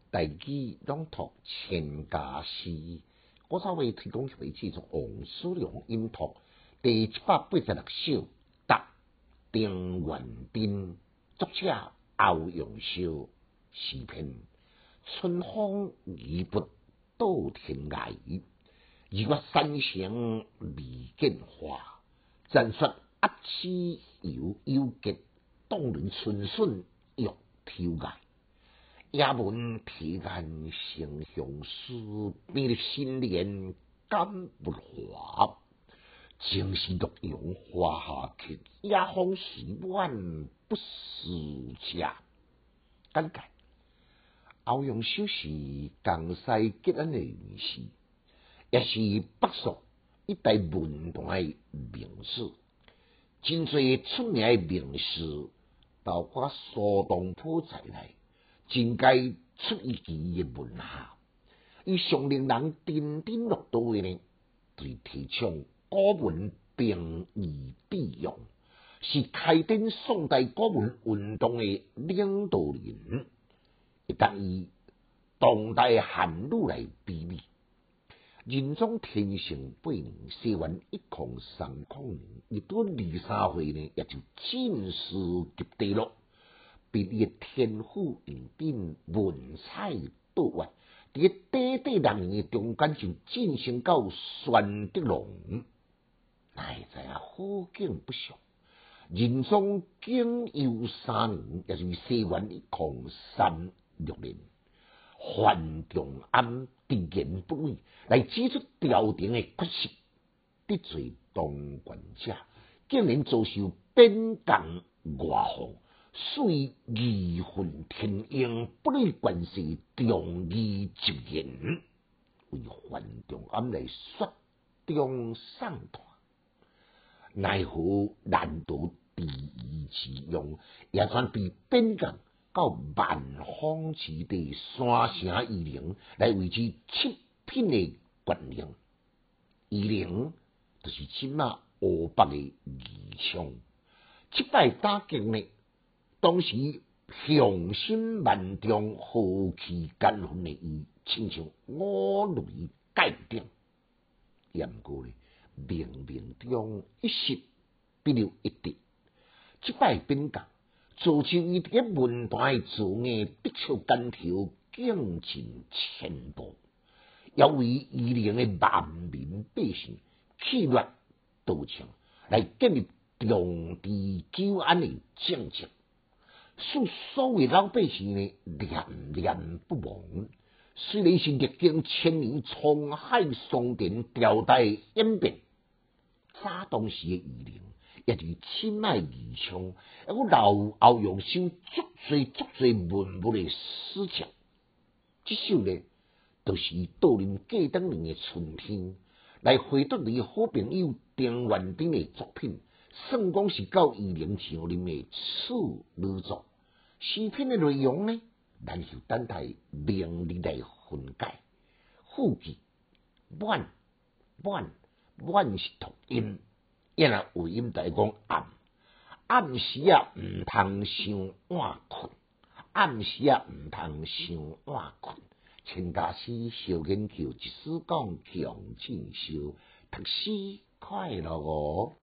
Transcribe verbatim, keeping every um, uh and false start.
大举朗读千家诗，我稍微提供为制作王叔良音读第一百八十六首《答丁元斌》，作者欧阳修，诗篇。春风一笔到天涯，二月山城未见花。暂说压枝犹有结，当轮春笋欲挑崖。也闻提案成相思，变心莲感不华。情是洛阳花下客，野风时晚不思家。简介：欧阳修是江西吉安的人士，也是北宋一代文坛的名士。真侪出名的名士，包括苏东坡在内，真该出一奇的文下。伊上令人津津乐道的呢，对提倡古文并义必用，是开展宋代古文运动的领导人。一旦以当代汉语来比拟，仁宗天圣八年，西元一空三空年，入到二三岁呢，也就进士及第了。比伊的天赋异禀，文采多外，伫短短两年的中间就晋升到玄德龙。哪会知影好景不长，仁宗景佑三年，也就是西元一空三六年，范仲淹直言不讳来指出朝廷的缺失，得罪当权者，竟然遭受贬降外放。遂义愤填膺，不理权势，重义直言，为范仲淹来雪中送炭。奈何难逃地狱之用，也算被贬降到万方之地山城夷陵，来为之七品的官令。夷陵就是即马湖北的宜昌。即摆打击呢，当时雄心万丈、豪气干愤的伊，亲像五雷盖顶。也毋过呢，冥冥中一失必有一得。即摆变降，造就伊伫文坛造詣笔触竿头，更进前步，也为夷陵的万民百姓气热道场，来建立重治久安的政绩。使所有老百姓呢念念不忘。虽然是历经千年沧海桑田、朝代演变，早当时的夷陵，也就是亲爱宜昌，还有留欧阳修足侪足侪文物的史迹。这首呢，就是悼念过当年的春天，来回读你好朋友丁元彬的作品，算讲是到夷陵上任的处女作。诗篇的内容呢，咱就等待明日来分解。副句晚晚晚是读音，因若有音就讲暗，暗时啊毋通伤晚困，暗时啊毋通伤晚困。千家诗小研究，一诗讲强进修，读诗快乐哦。